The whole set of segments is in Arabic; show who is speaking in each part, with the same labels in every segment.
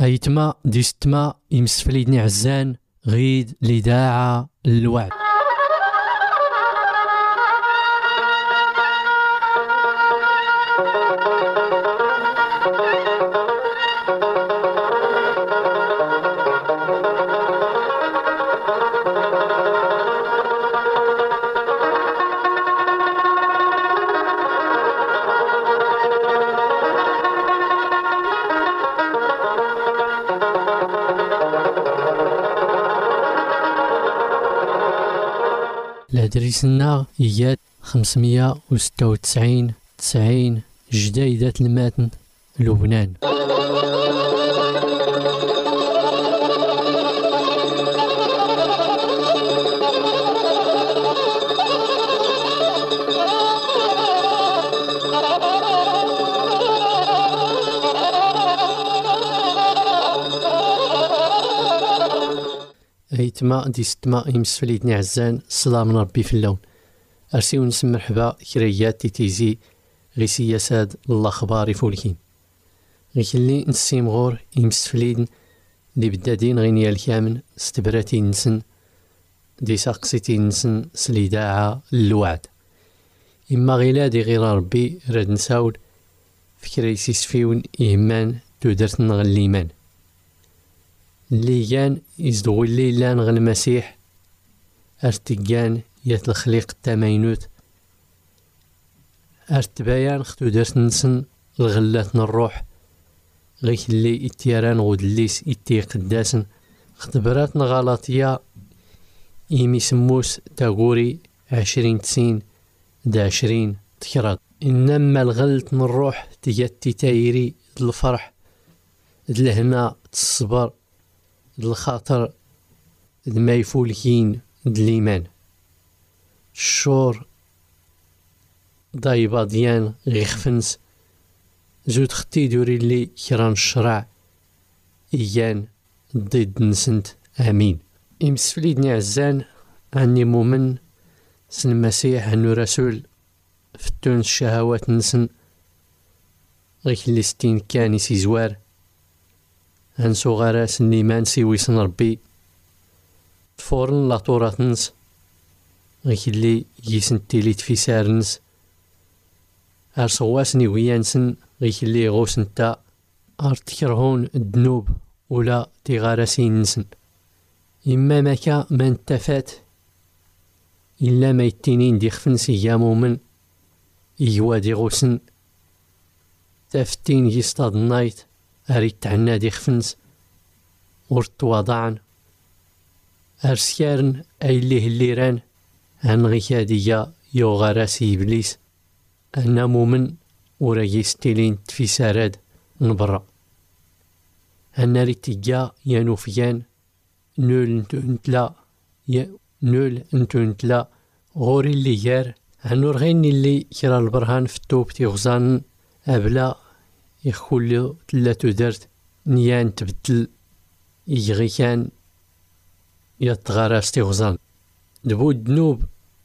Speaker 1: أيتما ديستما يمسفليدني عزان غيد لداعة الوعد. الهدريسنا إيات 596 90 جديدة الماتن لبنان. أيتما ديستما يمسفليدني عزان الصلاة من ربي في اللون. أرسي ونسم مرحبا كريات تيزي غي سياساد الله خباري فولكين غي اللي نسيم غور يمسفليدن اللي بدادين غينيا الكامن استبراتي نسن دي ساقسيتي نسن سليداعة الوعد. إما غيلادي غير ربي راد نساول فكريسي سفيون إيمان تودرت نغل الإيمان اللي كان يزدغو اللي لان غ المسيح ارتقان يات الخليق التماينوت ارتبايان ختو درت نسن الغلات الروح غيك اللي اتيران غدليس اتي قداسن اختبرات غلطية إيمي سموس تاغوري 20 تسين دا 20 تكراد. إنما الغلط من الروح تياتي تايري الفرح الهنا الصبر الخاطر ما يفولكين الإيمان الشور ضايبا ديان غيخفنس زود ختي دوري اللي كران الشرع إيان ضد نسنت آمين. إمسفليدني عزان عني مؤمن سن المسيح أنو رسول فتون الشهوات نسن غيك اللي ستين كان يسي زوار هنسو غراس النيمان سيوي سن ربي تفورن لا طورات نس غيك اللي يسن تيليت في سارنس أرسواسني ويانسن غيك اللي غوس نتا أرتكرهون الذنوب ولا تغارسين نسن إما مكا ما انتفات إلا ما يتينين دي خفنس يا مؤمن إيوا دي غوسن تافتين يصطاد النايت أريد تعنا دي خفنس ورتواضعن أرسكارن أي اللي ران هن غيكادية يوغاراسي إبليس أنا مؤمن وراجي ستيلين في ساراد نبرا هن ريتيجا يانوفيان نول انتو انتلا غوري اللي جار هنور غيني اللي كرا البرهان في التوب تيغزان أبلا يخولي تلاتو درت نيان تبدل يغي كان يتغارس تيغزان دبو الدنوب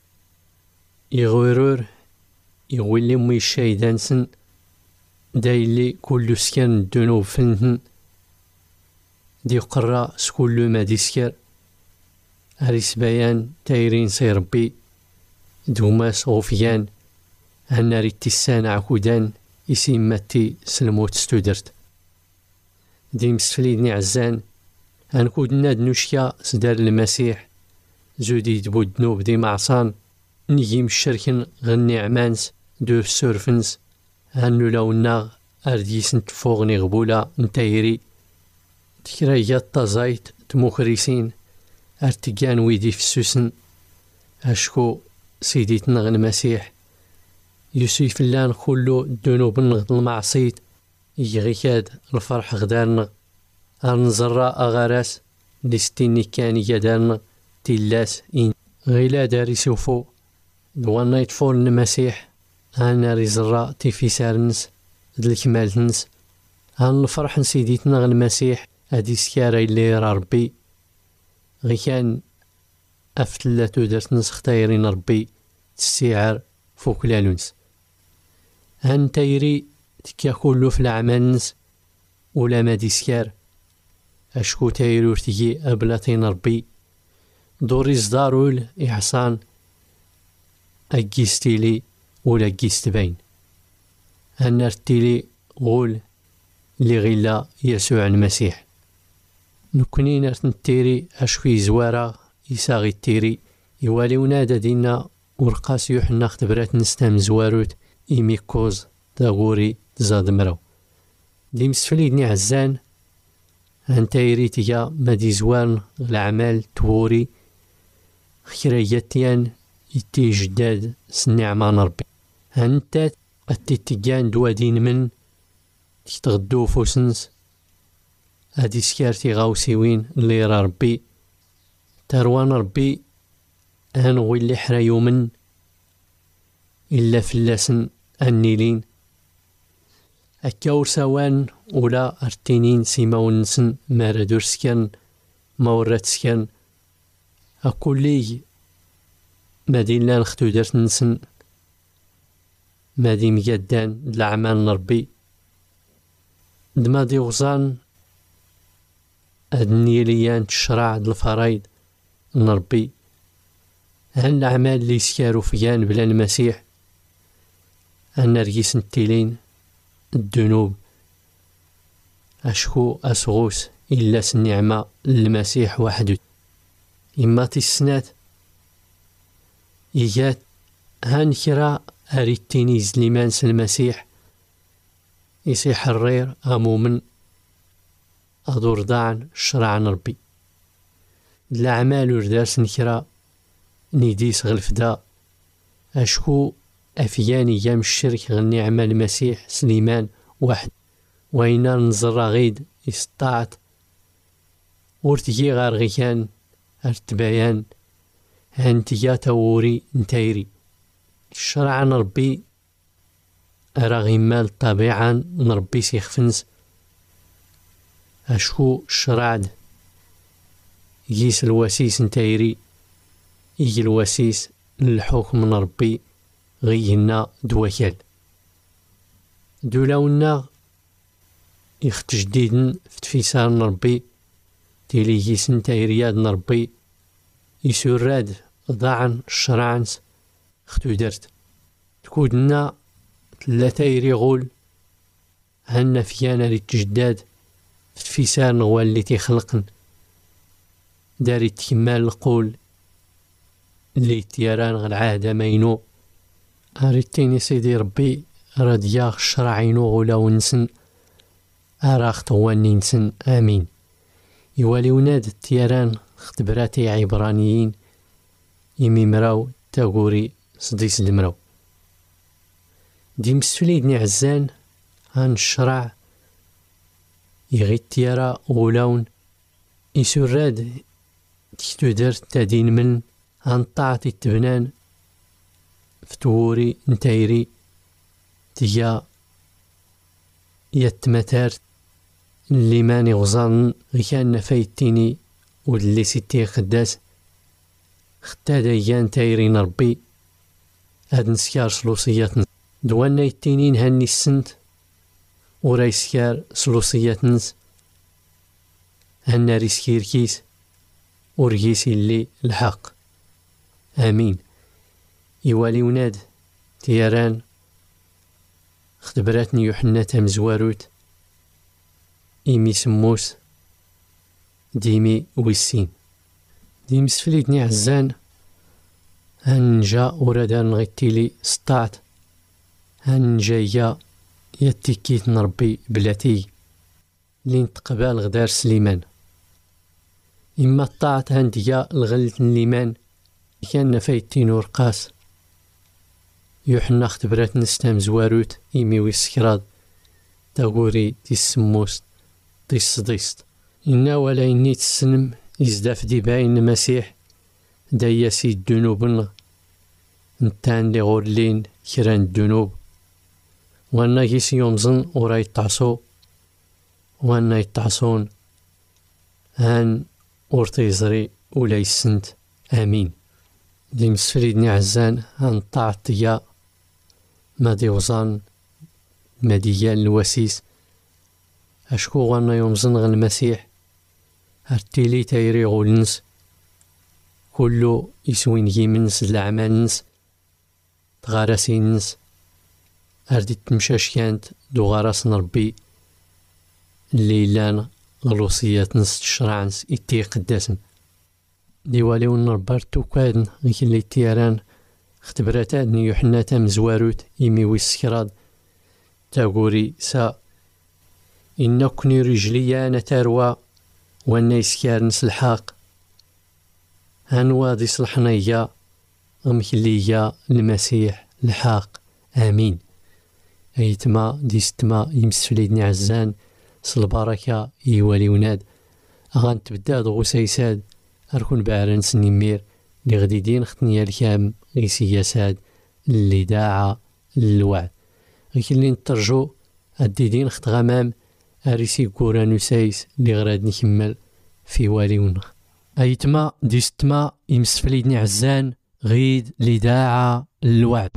Speaker 1: يغورور يغولي مي الشايدانسن دايلي كل سكان الدنوب فنهن دي قرى سكولو ما ديسكر هريس بيان تايرين سي ربي دوماس غوفيان هناري تيسان عكودان يسيماتي سلموت ستودرت ديم سفليدني عزان هنكود ناد نوشيا سدار المسيح زودي دبو الدنوب دي معصان نجيم الشركن غني عمانس دو سورفنس هنو لو الناغ أرديس نتفوغني غبولا نتايري تكرايات تازايت تموخريسين ارتقان ويدي في السوسن أشكو سيدي تنغ المسيح يوسف اللان كلو الذنوب نغض المعصيت يغيكاد الفرح غدارنا أرنزراء أغاراس لستيني كان يدارنا تلاس إن غيلا داري سوفو دوان يطفول المسيح أنا ريزراء تيفي سارنس الكمال تنس هان الفرح نسيدي تنغ المسيح هادي سكاري اللي ربي غي كان أفتلاتو درت نسخ تايرين ربي تستيعر فوق لالونس هان تايري تكيا كلو في العمال نس ولا ما ديسكار أشكو تايرور تيجي أبلاتين ربي دوري زدارول إحسان أجيستيلي ولا جيستبين أنرتيلي غول لغلا يسوع المسيح نكوني نرتنتيري أشكي زوارا يساغي التيري يوالي ونادا دينا ورقاس يوحنا اختبرات نستام زواروت إيميكوز تاغوري تزاد مرو دي مسفليدني عزان هانتايري تيا مادي زوان الأعمال توري خيرياتيان يتي جداد سنعمان ربي هانتات التتجان دوادين من تغدو فوسنس هادي سكارتي غاوسيوين اللي راه ربي تروان ربي هنغوي اللي حرا يومن إلا فلاسن النيلين أكاور سوان ولا أرتينين سيماون نسن ماردور سكان مورات سكان أكولي مادين لان ختو درت نسن مادي مجدان الأعمال نربي دمادي غزان هاد النيليان تشرع هاد الفرايد نربي هان الأعمال اللي سكارو فيان بلا المسيح هان نرجيس نتيلين الذنوب أشكو أسغوس إلا النعمة المسيح وحده إما تسنات إيجات هان كرا أريتيني زليمان المسيح يسيح الرير أمومن أدور ضاعن شرع ربي الأعمال ورداس نكرا نيديس غلفدا أشكو أفياني يام الشرك غني عمل المسيح سليمان واحد وإنا نزر غيد استطاعت ورتجي غار غيان ارتبايان هانتيا توري نتايري الشرع نربي أراغي مال طبيعا نربي سيخفنس أشكو الشرعد يجيس الواسيس نتايري يجي الواسيس الحكم نربي غينا دواكال دولاونا يخت جديد في تفيسار نربي تيلي يجيس نتايرياد نربي يسوراد ضاعن الشرعنس ختو درت تكودنا ثلاثة يريغول هنا فيانا للتجداد في سار نغوال اللي تيخلقن داري تكمال القول اللي تيران غالعهد ماينو أريتيني سيدي ربي رادياغ الشرعينو غولا ونسن أراخ طواني نسن آمين يوالي وناد تيران اختبراتي عبرانيين يمي مراو تاغوري صديس المراو دي مسفليدني عزان هان الشرع يغيت تيرا غولاون يسراد تكتو درت تادين من هان طاعتي التبنان فتوري نتايري تيا يتمتار اللي ماني غزان غيان نفايتيني واللي ستي خداس ختادا يان تايري نربي هاد نسكار سلوصياتنا دوانا يتينين هاني السنت ورايسكار سلوصياتنس هانا ريسكير كيس وريس اللي الحق آمين يوالي وناد تياران اختبراتني يوحنا تمزواروت إيمي سموس ديمي ويسين ديمي سفليدني عزان هنجا ورادان غيتيلي سطعت هنجايا يتكيت نربي بلاتي لين تقبال غدار سليمان إما طاعت هنديا الغلت الليمان كان نفايتين ورقاس يوحنا اختبرات نستام زواروت إيمي ويسكراد تاغوري تيسموس تيصديست إنا ولا إني تسنم يزداف دي باين المسيح داياسي الذنوب نتان لي غورلين كران الذنوب وانا كيس يومزن ورا يطعصو وانا يطعصون هان ورتيزري ولا يسنت آمين دي مسفريدني عزان هان طاعتيا مادي وزان ماديان الوسيس أشكو غانا يومزن غا المسيح هرتيلي تايري غولنس كله يسوين يمنس العمانس تغارسينس هردي تمشاش كانت دو غارس نربي الليلان غلوصيات نس تشرعنس إتي قداسن ديوالي ونربرتو كادن غيك اللي تيران اختبراتان يوحنا تام زواروت يمي ويسكراد تاغوري سا إنكني رجلي أنا تاروا وانا يسكارنس الحاق هنوا دي صلحنيا أمكليا المسيح الحاق آمين أيتما دي ستما يمسفليدني عزان صلباركة يوالي وناد أغان تبدا دغو سيساد أركون بعران سنمير لي غدي دين ختنيا الكام غيسيا ساد اللي داعا الوعد غيك اللي نترجو أدي دين خت غمام أريسي كورانو سايس لي غراد نكمل في والي ونخ أيتما دي ستما يمسفليدني عزان غيد لي داعا الوعد.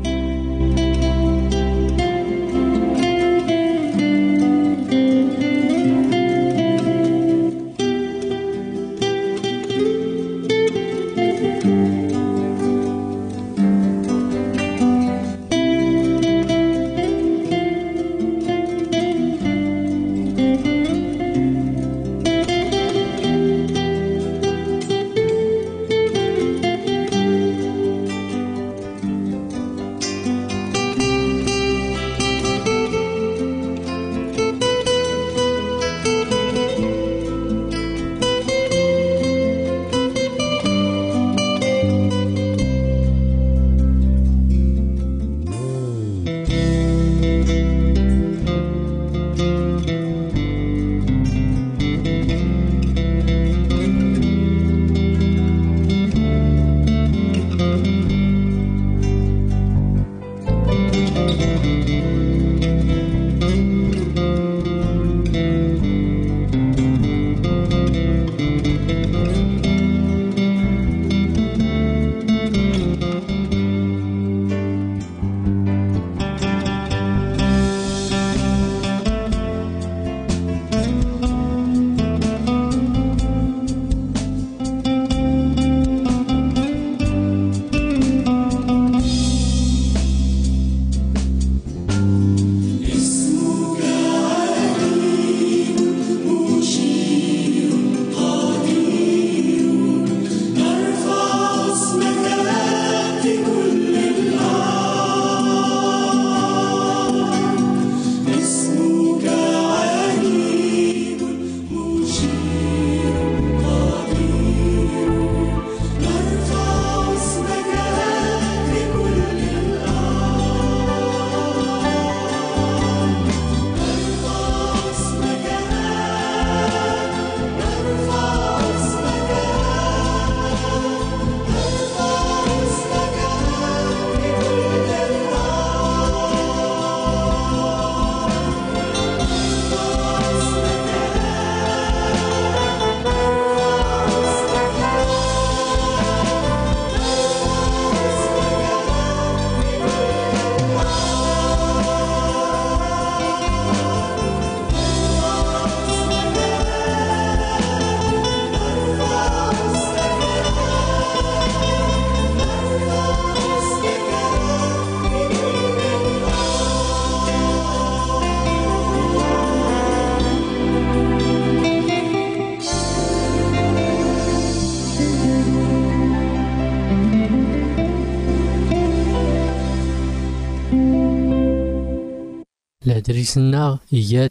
Speaker 1: العدريسنا إياد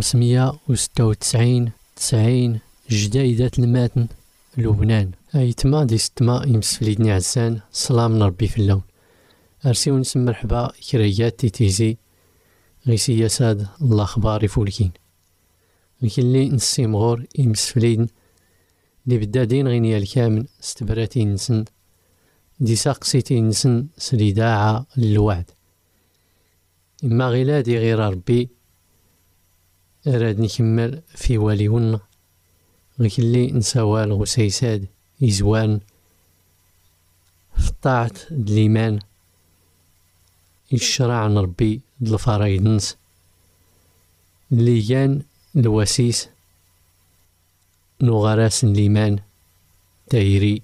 Speaker 1: 596 90 جدايدة الماتن لبنان. أيتما دي ستما يمسفليدني عزان سلام ربي في اللون أرسي ونسم مرحبا كريات تيزي غيسي يساد الله خباري فولكين لكن اللي نسي مغور يمسفليدن دي بدادين غينيا الكامن استبراتي نسن دي ساقسيتي نسن سليداعة للوعد إما غيلادي غير ربي أراد نكمل في واليون غيك اللي نسوال غسيساد يزوان في طاعة الإيمان يشرع عن ربي الفرايدنس اللي كان الوسيس نغراس ليمان تايري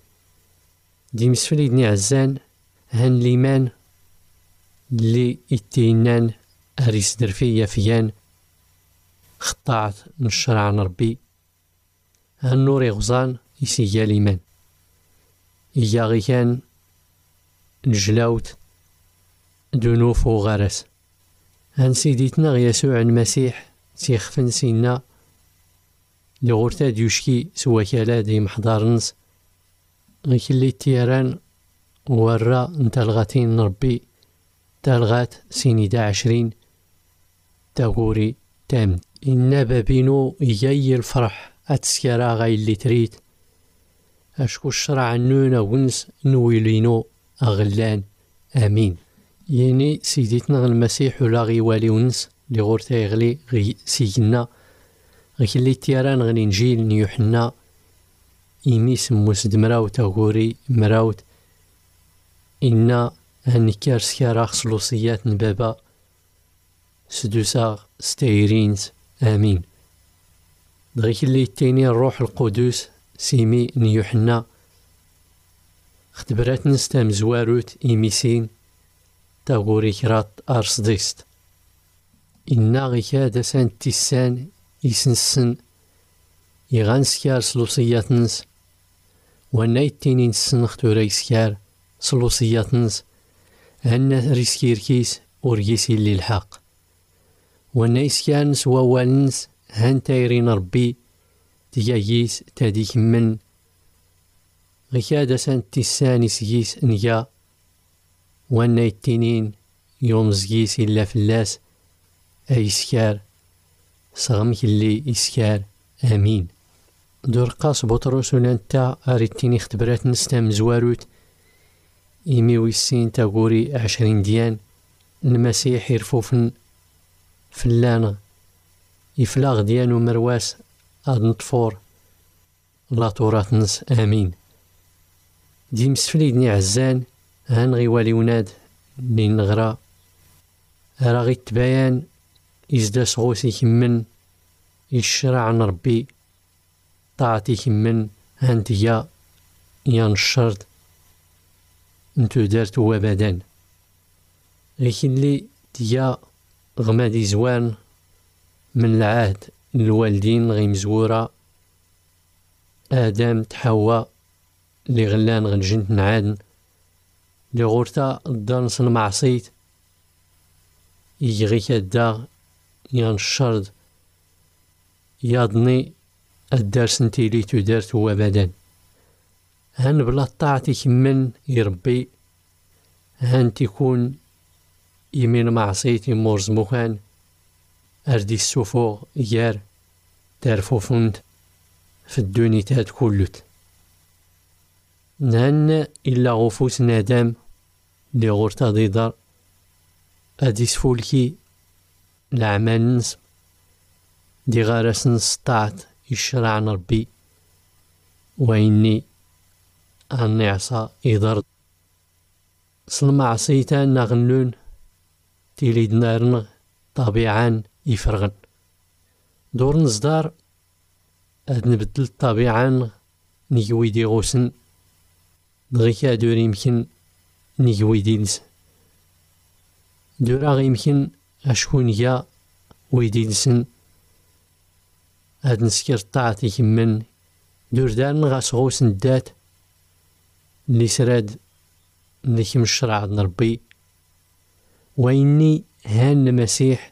Speaker 1: دي مسفلي دني عزان هان ليمان اللي اتينان أريس درفية فيان خطعت من الشرع ربي هان نوري غزان يسيا ليمان إيا غي كان الجلاوت دنوف وغرس هان سيديتنا يسوع المسيح تيخفن سينا لغورتا ديوشكي سوا كالا دي محضارنس غيكلي تيران ورا نتا الغاتين ربي تالغات سينيدا 20 تاغوري تامد إنا بابينو إياي الفرح أتسكرا غاي اللي تريد أشكو الشرع نونا ونس نويلينو أغلان آمين يعني سيديتنا المسيح ولا غي والي ونس اللي غورتا يغلي غي سيجنا غيكلي تيران غني نجيل نيوحنا إيميس موسد مراوت أغوري مراوت إنا هنكار سكارا خصلوصيات نبابا سدوسا ستايرينز آمين غيكلي تيني الروح القدس سيمي نيوحنا اختبرات نستام زواروت إيميسين تاغوري كرات أرصديست إنا غيكادا سان تيسان يسنسن يغان سكار سلوصيات نس وانا يتيني نسن اختورا يسكار سلوصيات نس هنا ريسكير كيس وريسي اللي الحق وانا يسكار نس ووال نس هان تايرين ربي تيايس تاديك من غيكادا سان تيسان يسيس نيا وانا يتينين يوم زيس إلا فلاس أي سكار صغمك اللي يسكار آمين دورقاس بطرس ونانتا أريتيني اختبرات نستام زواروت إيمي ويسين تاغوري 20 ديان المسيح يرفوفن فلان يفلاغ ديان ومرواس أد نطفور لا تورات نس آمين دي مسفليدني عزان هان غيوالي وناد لي نغرا راه غي تبايان إزدا صغوسي كمن يشرع عن ربي طاعتي كمن هانتيا ينشرد انتو دارت وابدا لكن لي تيا غمادي زوان من العهد الوالدين غي مزورة آدم تحوى لي غلان غنجنت نعادن لي غورتا الدرنس المعصيت يجغي كدا ينشرد ياضني الدرس نتيلي تدارت هو أبدا هان بلا طاعتي كمن يربي هان تكون يمين معصيتي مورز مخان أردي السفوغ يار تارفوفند في الدوني تات كلت نهن إلا غفوس نادم لي غورتا ديدار أدي سفولكي الأعمال نس دي غارس نسطعت يشرع ربي وإني أني عصا إضرد سلم عصيتان نغنون تيليد نارنغ طبيعان يفرغن دور نصدار أد نبدل طبيعان نيوي دي غوسن دغيكا دور يمكن نيوي دي نس دورا يمكن أشكون يا ويدي نسن هاد نسكر طاعتي كمن دور دارن غاس غوسن دات اللي سراد اللي كم الشرع عند ربي وإني هان المسيح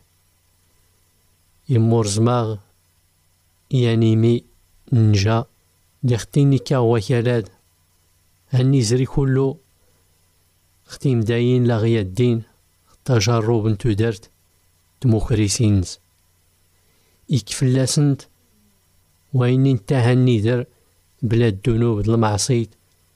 Speaker 1: يمور زماغ يعني مي نجا لختيني كا وكالاد هاني زري كله ختيم داين لاغي الدين تجرب انتو درت تموكريسينز يكفلاسنت وإني انتهى النيدر بلا الذنوب المعصيت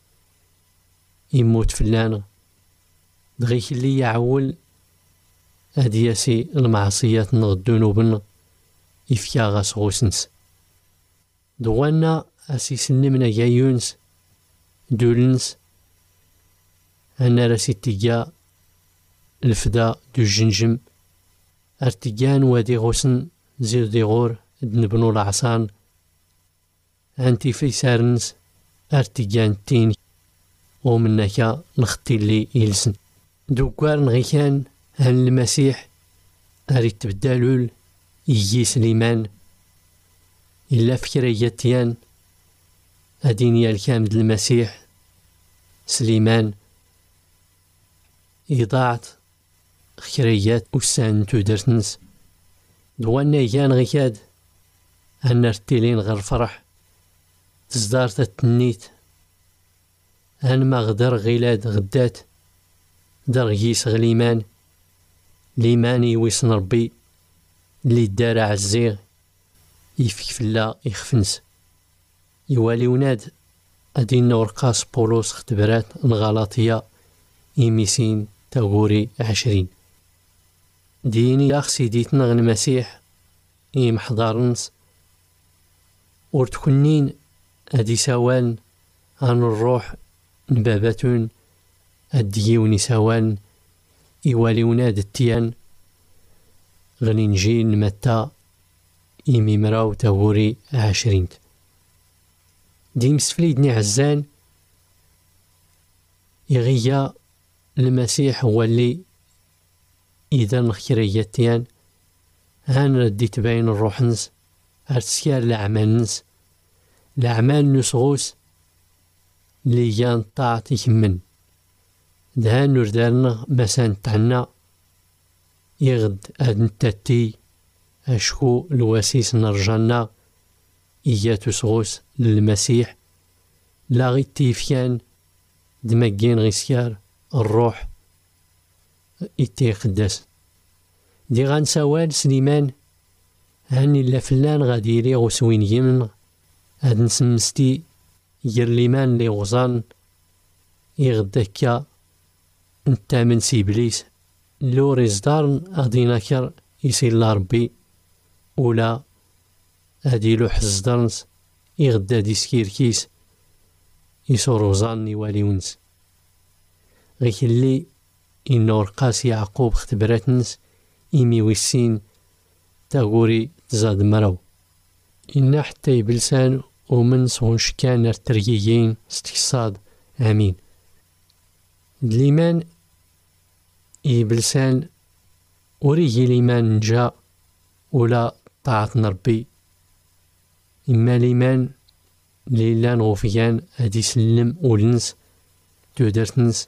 Speaker 1: يموت فلان دغيك اللي يعول أدياسي المعصيات الذنوب يفيا غاس غوسنس دوانا أسيس النمنا جايونس دولنس أنا راسي تيجا الفدا دو الجنجم ارتجان وادي غوسن زير دي غور نبنو العصان أنتي في سارنس أرتيجان تين ومنك نختي اللي يلسن دوكوار نغيكان هن المسيح أريد تبدالول يجي سليمان إلا فكريتيان أديني الكامد المسيح سليمان إضاعت خيريات أسان تودرتنس دوانا يان غيكاد أن ارتيلين غير فرح تزدارت التنيت أن ما غدر غيلاد غدات درغيس غليمان ليماني ويسن ربي اللي دار عزيغ يفك فلا يخفنس يوالي وناد أدينا ورقاس بولوس اختبرات الغلاطية إيميسين تغوري 20 ديني يا أخسي ديتنا غن المسيح محضارنس ورتكنين أدي سوان عن الروح نبابتون أديوني سوان يوالي وناد التيان غني نجي نمتا إيمي مراو تغوري 20 دي مسفليدني عزان يغيا المسيح هو اللي إذا نخيريتيان هان رديت بين الروحنس أرتسكار الأعمالنس الأعمال نسغوس اللي يان طاعت يكمن دهان نردالنا مسان تاعنا يغد أدنتاتي أشكو الواسيس نرجانا إيا تسغوس للمسيح لا غي تيفيان دمجين غيسيار الروح إتي قداس دي غنسوال سليمان هاني لا فلان غادي يري غسوين يمن هاد نسمستي يرليمان لي غزان يغدكا نتا من سيبليس لوري زدارن غادي ناكر يسير لربي ولا هادي لو حزدرنس يغدا دي سكيركيس يسور وزان يوالي ونس غيك اللي إنو رقاس يعقوب اختبراتنس إيمي ويسين تاغوري تزاد مراو إنا حتى يبلسان ومن صونش كان ارتريين استكصاد آمين دليمان يبلسان وريجي ليمان نجا ولا طاعت ربي إما ليمان ليلان غوفيان هادي سلم ولنس تودرتنس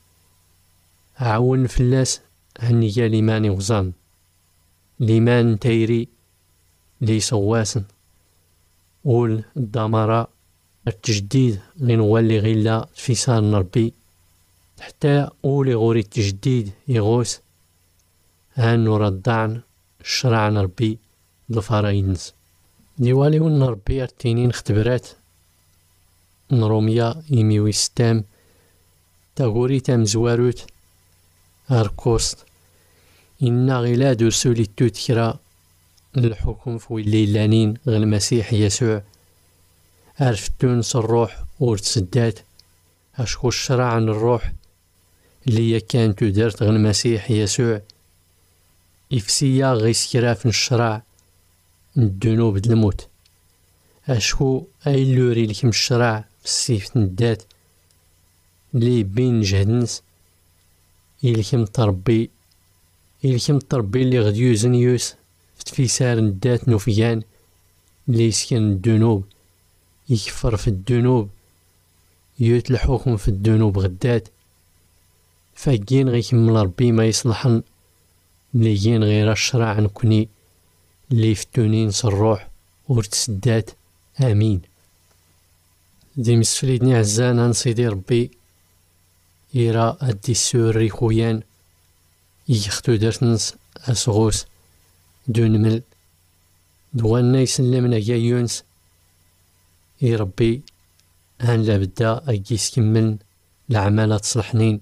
Speaker 1: عاون فلاس هنيا ليمان يغزان ليمان تايري لي صواسن ول الدمراء التجديد غين والي غيلا فيسان ربي حتى أولي غوري التجديد يغوس هان ردعن الشرع ربي لفراينس ديوالي ون ربي ارتينين اختبرات نروميا يميوي ستام تاغوري تام زواروت أركوست إنا غيلا درسولي توتكرا الحكم في الليلانين غير المسيح يسوع عرفتون الروح ورتسدات أشكو الشرع عن الروح اللي كانت دارت غير المسيح يسوع إفسيا غيسكرا في الشرع الذنوب د الموت أشكو أي لوري لكم الشرع في السيف ندات لي بين جهدنس إلكم تربي اللي غد يوزن يوس في سار ندات نوفيان اللي يسكن الذنوب يكفر في الذنوب يوت الحكم في الذنوب غدات فاقين غيكمل ربي ما يصلحن ليين غير الشرع نكوني اللي فتونين الروح ورتسدات آمين دي مسفليدني عزانا نصيدي ربي يرى أدي السوري خويان يختو درتنس أسغوس دون مل دوانا يسلمنا جا يونس يربي هان لابدا أجيس كمل العمالة تصلحنين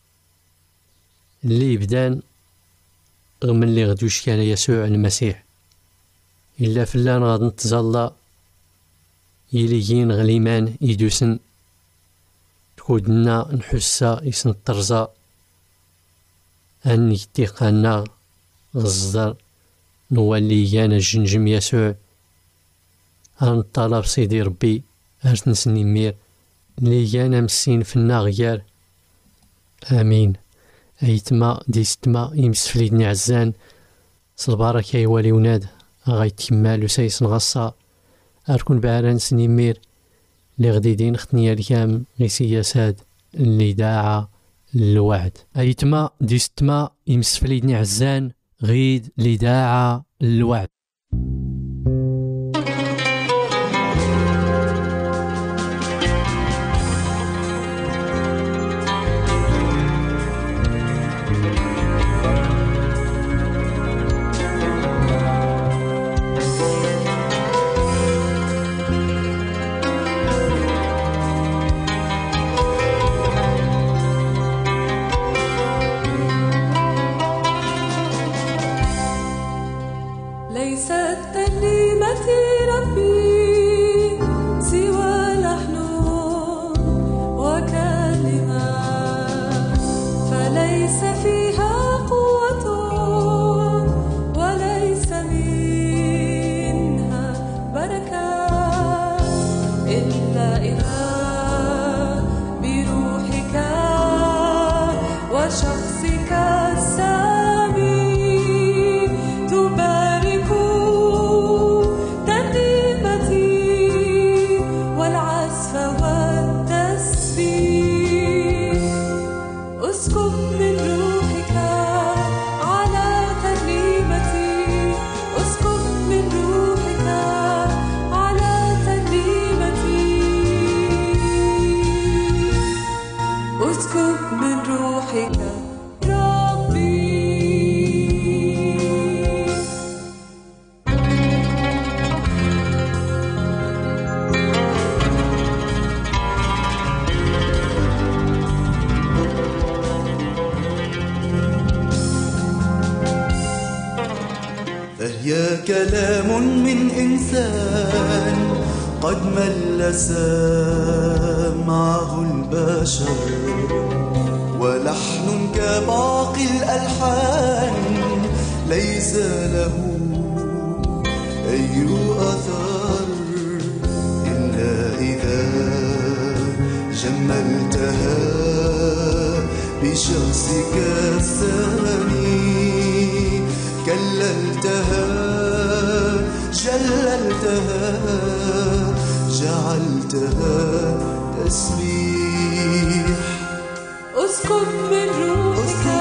Speaker 1: اللي يبدان غمن اللي غدوش كان يسوع المسيح إلا فلان غاد نتزالى يليين غليمان يدوسن تكودنا نحسا يسن الطرزا أن يتيقانا غزدر نولي يانا الجنجم يسوع غنطلب سيدي ربي هاش نسني مير اللي جانا مسين في الناغيار. امين. ايتما ديستما يمس ليدني عزان صلبارك يا والي وناد غايتكمال وسايس نغصا اركون بعران سني مير اللي غديدين ختنيا الكام غي سياسات اللي داعا الوعد. ايتما ديستما يمس ليدني عزان غيد اللي داعا الوعد.
Speaker 2: ليست ترنيمتي ربي سوى لحن وكلمة، فليس فيها قوة وليس منها بركة إلا إذا بروحك وشخصك السامي تبارك والعزف والتسبيح. اسكب من روحك على ترنيمتي، اسكب من روحك على ترنيمتي، اسكب من روحك
Speaker 3: فهي كلام من إنسان قد مل سمعه البشر، ولحن كباقي الألحان ليس له أي أثر إلا إذا جملتها بشخصك السامي، كللتها جللتها جعلتها تسبيح.
Speaker 2: اسكب من روحك